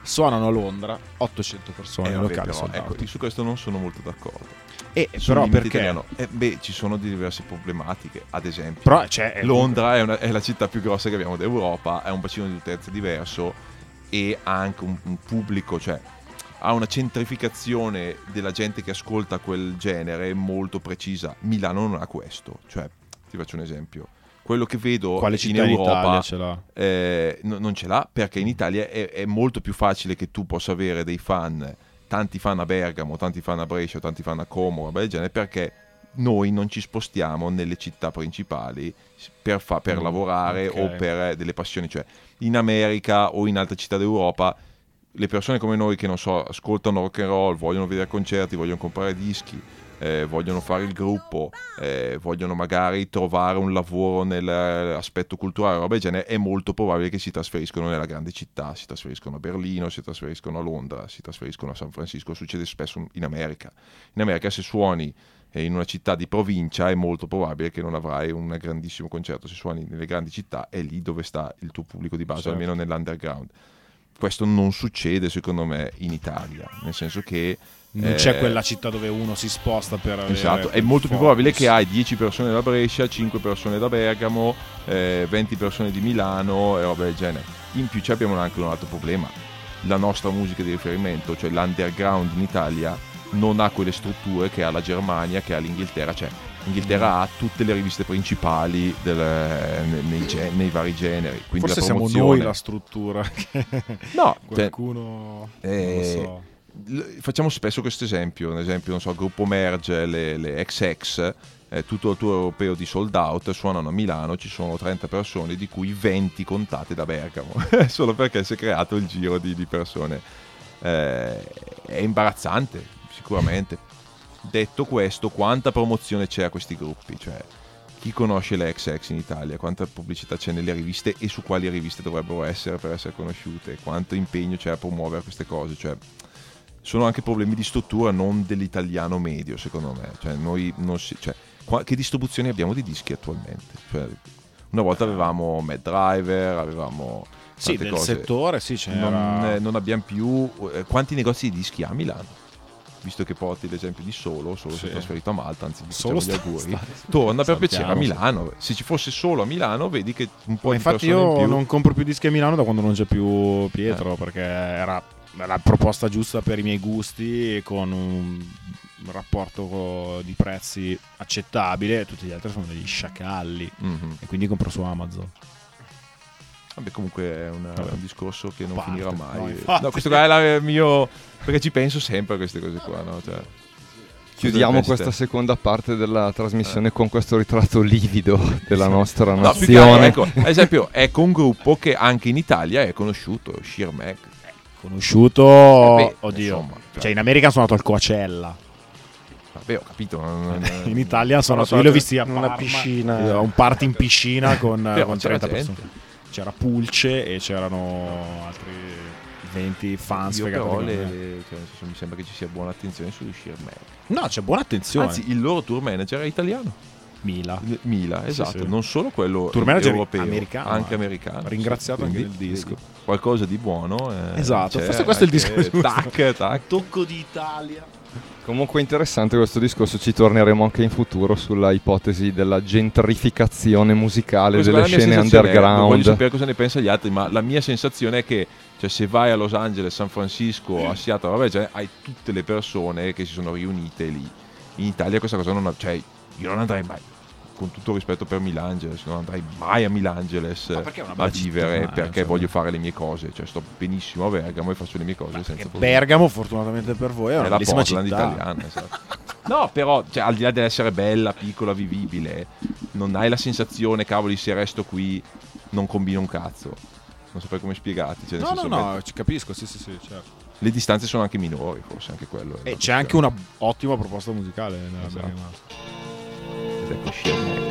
suonano a Londra, ottocento persone, Eh, il vabbè, locale però, sold out. ecco, io su questo non sono molto d'accordo. E Sul però limite perché? italiano, eh, beh, ci sono di diverse problematiche, ad esempio. Però cioè, è- Londra è, una- è la città più grossa che abbiamo d'Europa, ha un bacino di utenza diverso e ha anche un, un pubblico, cioè ha una centrificazione della gente che ascolta quel genere molto precisa. Milano non ha questo, cioè ti faccio un esempio. Quello che vedo Quale in città in Europa Italia ce l'ha? eh, no- non ce l'ha, perché in Italia è, è molto più facile che tu possa avere dei fan, tanti fan a Bergamo, tanti fan a Brescia, tanti fan a Como, roba del genere, perché noi non ci spostiamo nelle città principali per, fa- per Mm, lavorare ok. o per delle passioni. Cioè in America o in altre città d'Europa le persone come noi che non so ascoltano rock and roll, vogliono vedere concerti, vogliono comprare dischi, eh, vogliono fare il gruppo, eh, vogliono magari trovare un lavoro nell'aspetto culturale, roba del genere, è molto probabile che si trasferiscono nella grande città, si trasferiscono a Berlino, si trasferiscono a Londra, si trasferiscono a San Francisco. Succede spesso in America. In America se suoni eh, in una città di provincia è molto probabile che non avrai un grandissimo concerto. Se suoni nelle grandi città è lì dove sta il tuo pubblico di base, Certo. almeno nell'underground. Questo non succede secondo me in Italia, nel senso che Non eh, c'è quella città dove uno si sposta per avere esatto, è quel molto più focus. probabile che hai dieci persone da Brescia, cinque persone da Bergamo, eh, venti persone di Milano e roba del genere. In più ci abbiamo anche un altro problema: la nostra musica di riferimento, cioè l'underground in Italia, non ha quelle strutture che ha la Germania, che ha l'Inghilterra. Cioè l'Inghilterra ha tutte le riviste principali del, nei, nei ge- nei vari generi, quindi Forse la siamo promozione. noi la struttura che No, cioè, qualcuno eh, non lo so. l- facciamo spesso questo esempio, un esempio, non so, il gruppo Merge, le, le X X, eh, tutto il tour europeo di sold out, suonano a Milano, ci sono trenta persone, di cui venti contate da Bergamo, solo perché si è creato il giro di, di persone. Eh, è imbarazzante, sicuramente. Detto questo, quanta promozione c'è a questi gruppi? Cioè, chi conosce le X X in Italia? Quanta pubblicità c'è nelle riviste e su quali riviste dovrebbero essere per essere conosciute? Quanto impegno c'è a promuovere queste cose? Cioè, sono anche problemi di struttura, non dell'italiano medio, secondo me. Cioè, noi non si, cioè, qua- che distribuzioni abbiamo di dischi attualmente? Cioè, una volta avevamo Mad Driver, avevamo Sì, tante del cose. settore sì c'era. Non, eh, non abbiamo più eh, quanti negozi di dischi ha a Milano? Visto che porti l'esempio di Solo, Solo si Sì. è trasferito a Malta, anzi gli Solo facciamo gli sta- auguri. sta- Torna per piacere a salutiamo, Milano. Se ci fosse solo a Milano, vedi che un po' Ma di infatti persone in io più. non compro più dischi a Milano da quando non c'è più Eh. Pietro, perché era la proposta giusta per i miei gusti e con un rapporto di prezzi accettabile. Tutti gli altri sono degli sciacalli Mhm. e quindi compro su Amazon. Vabbè, comunque è una- Vabbè. un discorso che non Parte. finirà mai. No, No, infatti. questo qua è la- il mio. Perché ci penso sempre a queste cose qua, no? Cioè, Chiudiamo cosa questa pensi te? seconda parte della trasmissione con questo ritratto livido della nostra No, più che altro, nazione. ecco, ad esempio, ecco un gruppo che anche in Italia è conosciuto, Sheer Mag. Conosciuto, Eh beh, oddio, insomma, cioè- cioè in America sono andato al Coachella, Vabbè, ho capito. non- non- in Italia sono non lo so, andato, io li ho visti a in una Parma, piscina. eh, un party in piscina con, Però con c'era trenta gente. persone. C'era Pulce e c'erano altri venti fan Io sfegati però come le- me. le- cioè, nel senso, mi sembra che ci sia buona attenzione su Sheer Mag. No, c'è buona attenzione. Anzi, il loro tour manager è italiano. Mila. Il- Mila, esatto, sì. non solo quello Tour manager europeo, americano, anche eh. americano. Ringraziato anche Quindi, nel disco. vedi, qualcosa di buono. eh, Esatto, c'è, forse questo è il anche- disco giusto. Tac, tac. Tocco d'Italia. Comunque interessante questo discorso, ci torneremo anche in futuro sulla ipotesi della gentrificazione musicale Questa delle è la mia scene sensazione, eh, non voglio underground. sapere cosa ne pensano gli altri, ma la mia sensazione è che cioè, se vai a Los Angeles, San Francisco, a Seattle, vabbè, cioè, hai tutte le persone che si sono riunite lì. In Italia questa cosa non ha, cioè, io non andrei mai, con tutto rispetto per Milangeles, non andrei mai a Milangeles Ma perché è una a bella vivere città, perché cioè. voglio fare le mie cose, cioè sto benissimo a Bergamo e faccio le mie cose senza Che problemi. Bergamo, fortunatamente per voi, è È una la bellissima Portland città. italiana, esatto. No, però, cioè, al di là dell'essere bella, piccola, vivibile, non hai la sensazione, cavoli, se resto qui non combino un cazzo. Non saprei come spiegarti. Cioè, nel No, no, senso, no, ci capisco, sì, sì, sì, certo. le distanze sono anche minori, forse anche quello. è E una c'è anche questione. una ottima proposta musicale nella Esatto. Bergamasca. Ed ecco Sheer Mag.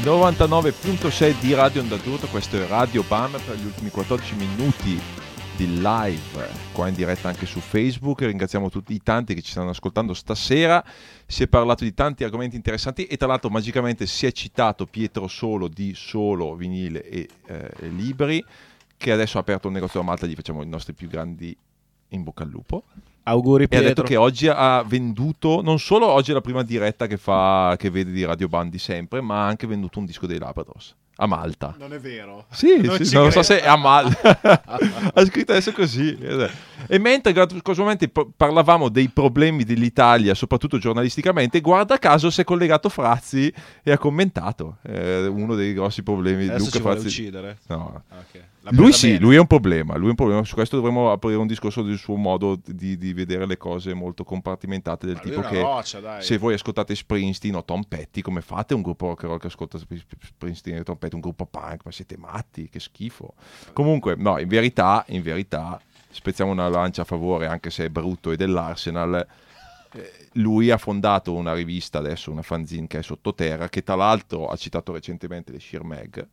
novantanove virgola sei di Radio Onda d'Urto, questo è Radio Bam per gli ultimi quattordici minuti di live qua in diretta anche su Facebook. Ringraziamo tutti i tanti che ci stanno ascoltando stasera. Si è parlato di tanti argomenti interessanti e tra l'altro magicamente si è citato Pietro Solo di Solo Vinile e eh, Libri, che adesso ha aperto un negozio a Malta. Gli facciamo i nostri più grandi in bocca al lupo. Auguri E Pietro. ha detto che oggi ha venduto, non solo oggi è la prima diretta che fa, che vede di Radio Band di sempre, ma ha anche venduto un disco dei Labradors a Malta. Non è vero? Sì, non, sì, ci non lo so credo. se è a Malta. Ha scritto adesso così. E mentre casualmente parlavamo dei problemi dell'Italia, soprattutto giornalisticamente, guarda caso si è collegato Frazzi e ha commentato eh, uno dei grossi problemi di Adesso Luca ci vuole Frazzi. uccidere. No. Okay. L'ha Lui presa sì, bene. lui è un problema, lui è un problema. Su questo dovremmo aprire un discorso del suo modo di, di vedere le cose molto compartimentate, del Ma lui tipo è una che roccia, dai. se voi ascoltate Springsteen o Tom Petty, come fate un gruppo rock and roll che ascolta Springsteen e Tom Petty, un gruppo punk, ma siete matti, che schifo. Comunque, no, in verità, in verità, spezziamo una lancia a favore, anche se è brutto e dell'Arsenal. Eh, lui ha fondato una rivista adesso, una fanzine che è sottoterra, che tra l'altro ha citato recentemente le Sheer Mag,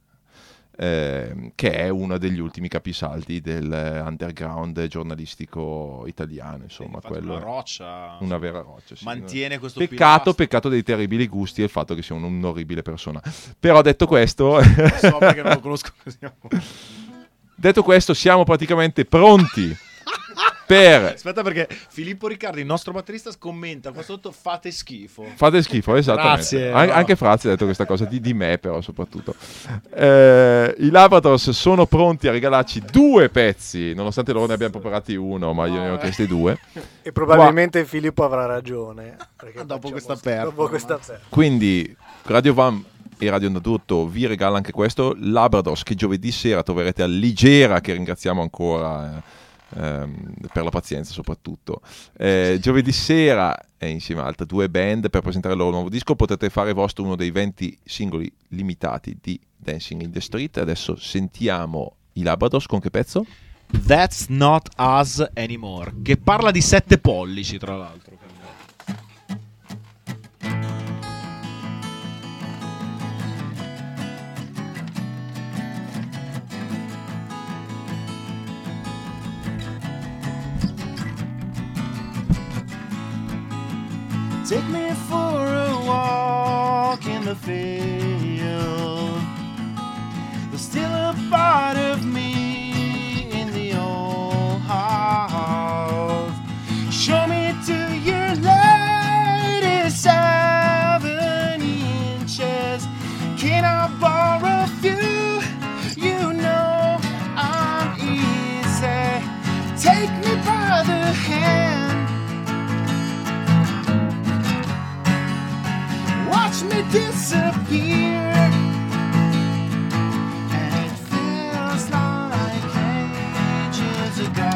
eh, che è uno degli ultimi capisaldi del eh, underground giornalistico italiano, insomma, Infatti quello una è roccia. una vera roccia. Sì. Mantiene questo Peccato, pilastro. peccato dei terribili gusti e il fatto che sia un- un'orribile persona. Però detto questo, So perché non lo conosco così. detto questo, siamo praticamente pronti per... Aspetta, perché Filippo Riccardi, il nostro batterista, commenta qua sotto: fate schifo. Fate schifo, esattamente. Grazie, An- no. Anche Frazzi ha detto questa cosa, di, di me però soprattutto. Eh, I Labradors sono pronti a regalarci due pezzi, nonostante loro ne abbiamo preparati uno, ma io ne ho chiesti due. E probabilmente Filippo avrà ragione. perché Dopo facciamo- questa performance. Dopo questa performance. Quindi Radio Vam e Radio Onda d'Urto vi regala anche questo, Labradors, che giovedì sera troverete a Ligera, che ringraziamo ancora eh, ehm, per la pazienza soprattutto. Eh, giovedì sera è insieme a altre due band per presentare il loro nuovo disco. Potete fare vostro uno dei venti singoli limitati di Dancing in the Street. Adesso sentiamo i Labradors con che pezzo? That's Not Us Anymore, che parla di sette pollici, tra l'altro. Take me for a walk in the field. There's still a part of me in the old house. Show me to your latest seven inches. Can I borrow a few? You know I'm easy. Take me by the hand. Watch me disappear, and it feels like ages ago.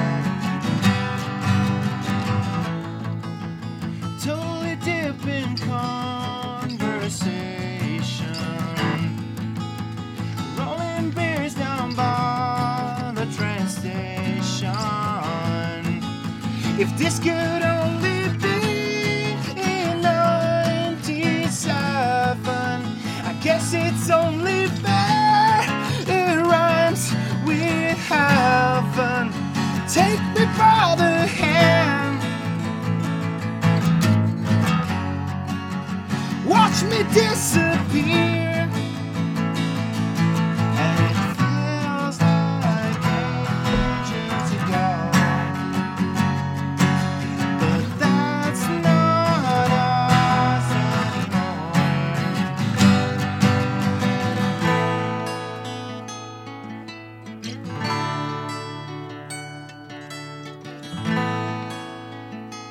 Totally dip in conversation, rolling beers down by the train station. If this could only be in ninety-seven, I guess it's only fair it rhymes with heaven. Take me by the hand, watch me disappear, and it feels like ages ago. But that's not us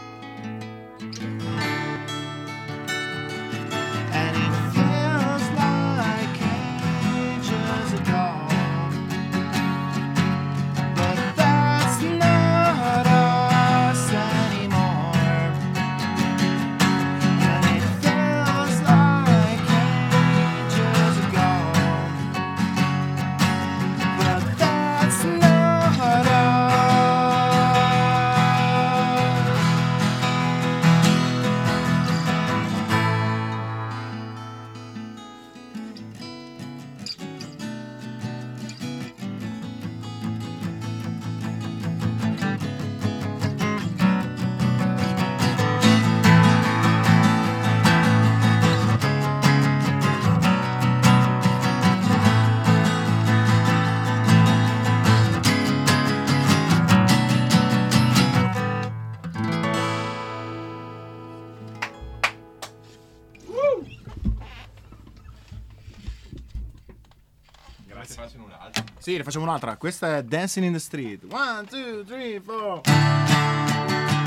anymore. And it feels like ragazzi. Sì, ne facciamo un'altra. Questa è Dancing in the Street. One, two, three, four.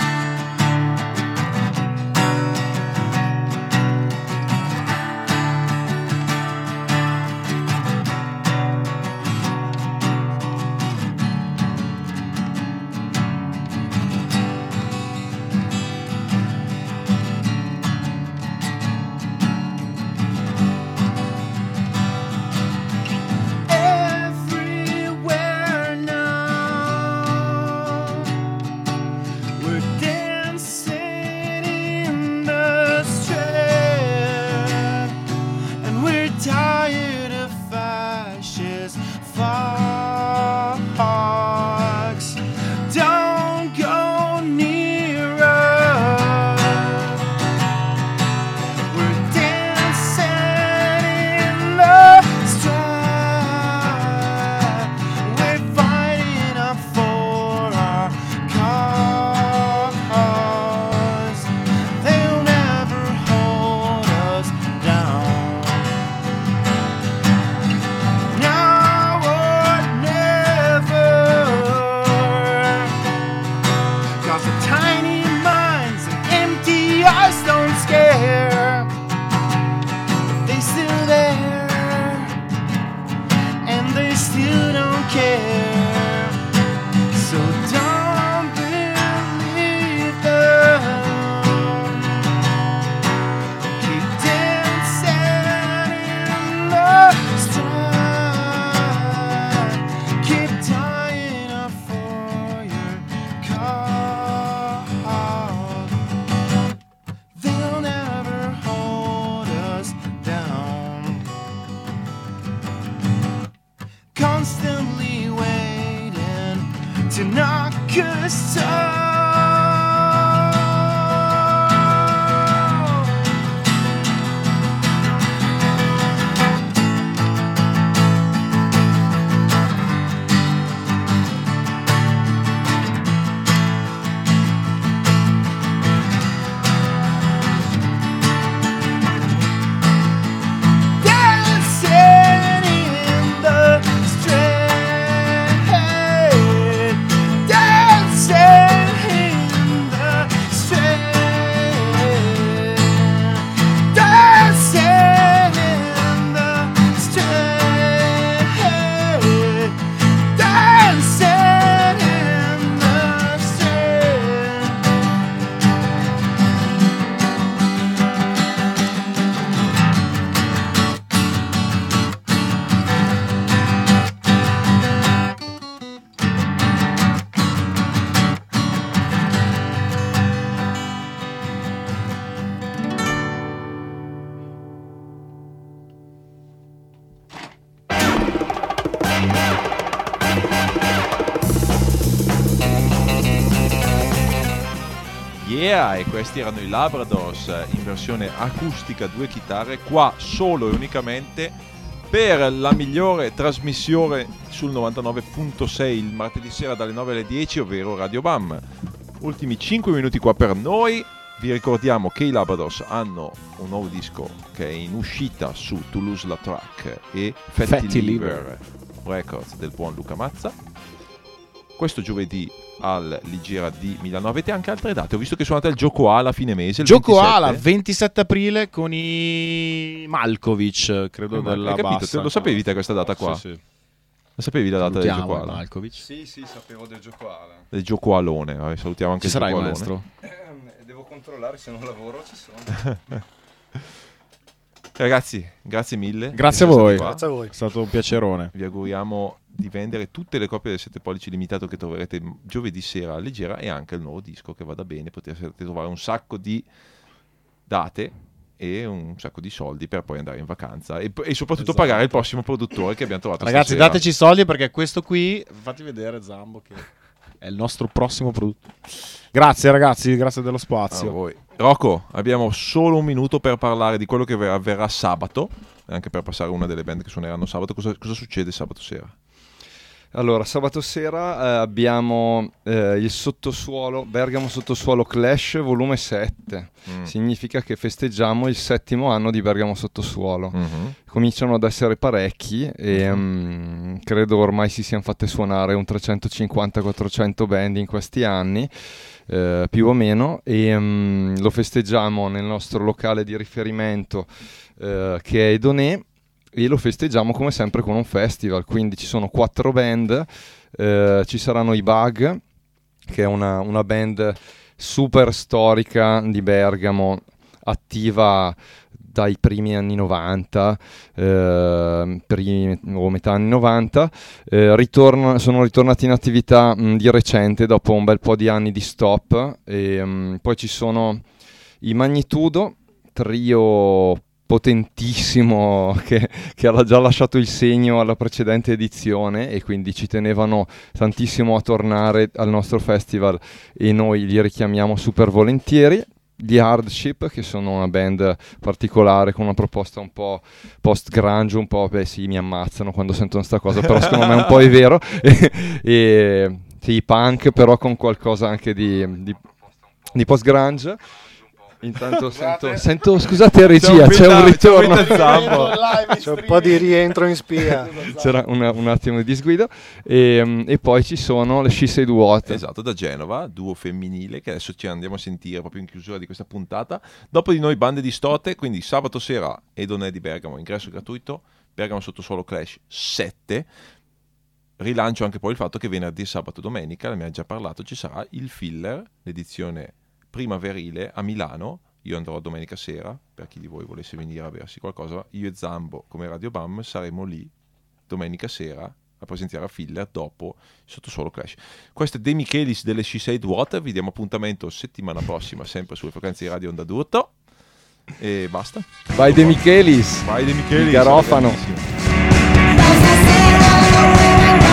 Everywhere now, we're dancing in the street, and we're tired of fascist fox. Don't go near us. We're dancing in the street. We're fighting up for our cause. They'll never hold us down. Now or never. 'Cause the tiny minds and empty eyes don't scare. They still there, and they still don't care. So don't believe them. Keep dancing in the street. Keep dying up for your cause. They'll never hold us down. Constantly waiting to knock us down. Dancing in the street. Dancing in the street. Dancing in the street. Dancing in the street. Yeah, e questi erano i Labradors in versione acustica, due chitarre, qua solo e unicamente per la migliore trasmissione sul novantanove virgola sei il martedì sera dalle nove alle dieci, ovvero Radio Bam. Ultimi cinque minuti qua per noi. Vi ricordiamo che i Labradors hanno un nuovo disco che è in uscita su Toulouse-Lautrec e Fatty, Fatty Liver Records del buon Luca Mazza. Questo giovedì al Ligiera di Milano. Avete anche altre date? Ho visto che suonate al Gioco A alla fine mese. Il Gioco ventisette. Ala, ventisette aprile con i Malkovic, credo, Eh, ma della hai capito? bassa. Te lo sapevi te questa data qua? Sì, sì. La sapevi la data del Salutiamo Gioco Ala? Malkovic. Sì, sì, sapevo del gioco Ala. Del Gioco Alone. Vabbè, salutiamo anche Ci il sarai, Gioco maestro? Alone. Eh, devo controllare se non lavoro ci sono. Ragazzi, grazie mille. Grazie a di essere voi. stati qua. Grazie a voi. È stato un piacerone. Vi auguriamo di vendere tutte le copie del sette pollici limitato che troverete giovedì sera a Leggera e anche il nuovo disco che vada bene. Potete trovare un sacco di date e un sacco di soldi per poi andare in vacanza e, e soprattutto Esatto. pagare il prossimo produttore che abbiamo trovato Ragazzi, stasera. dateci soldi perché questo qui, fatti vedere Zambo che è il nostro prossimo prodotto. Grazie ragazzi, grazie dello A spazio. voi. Rocco, abbiamo solo un minuto per parlare di quello che avverrà sabato, anche per passare una delle band che suoneranno sabato. Cosa, cosa succede sabato sera? Allora, sabato sera eh, abbiamo eh, il sottosuolo, Bergamo Sottosuolo Clash volume sette. Mm. Significa che festeggiamo il settimo anno di Bergamo Sottosuolo. Mm-hmm. Cominciano ad essere parecchi e mm-hmm. um, credo ormai si siano fatte suonare un trecentocinquanta quattrocento band in questi anni, eh, più o meno, e um, lo festeggiamo nel nostro locale di riferimento eh, che è Edonè. E lo festeggiamo come sempre con un festival, quindi ci sono quattro band, eh, ci saranno i Bug, che è una, una band super storica di Bergamo, attiva dai primi anni novanta, eh, primi o metà anni novanta, eh, ritorno, sono ritornati in attività mh, di recente dopo un bel po' di anni di stop, e mh, poi ci sono i Magnitudo, trio potentissimo che, che ha già lasciato il segno alla precedente edizione e quindi ci tenevano tantissimo a tornare al nostro festival e noi li richiamiamo super volentieri. Gli Hardship, che sono una band particolare con una proposta un po' post-grunge, un po', beh sì, mi ammazzano quando sentono sta cosa, però secondo me un po' è vero, e, e sì, punk, però con qualcosa anche di, di, di post-grunge. Intanto sento, sento, scusate regia, c'è un, c'è un ritorno, c'è, c'è un po' di rientro in spia. C'era una, un attimo di disguido e, e poi ci sono le She Said What. Esatto, da Genova, duo femminile che adesso ci andiamo a sentire proprio in chiusura di questa puntata. Dopo di noi Bande Distote, quindi sabato sera Edonè di Bergamo, ingresso gratuito, Bergamo Sottosuolo Clash sette. Rilancio anche poi il fatto che venerdì, sabato e domenica, ne abbiamo già parlato, ci sarà il Filler, l'edizione primaverile a Milano. Io andrò domenica sera, per chi di voi volesse venire a bersi qualcosa, io e Zambo come Radio Bam saremo lì domenica sera a presentare a Filler dopo Sottosuolo Clash. Questo è De Michelis delle She Said What, vi diamo appuntamento settimana prossima sempre sulle frequenze di Radio Onda d'Urto e basta. Vai De Michelis, vai De Michelis, il Garofano. Stasera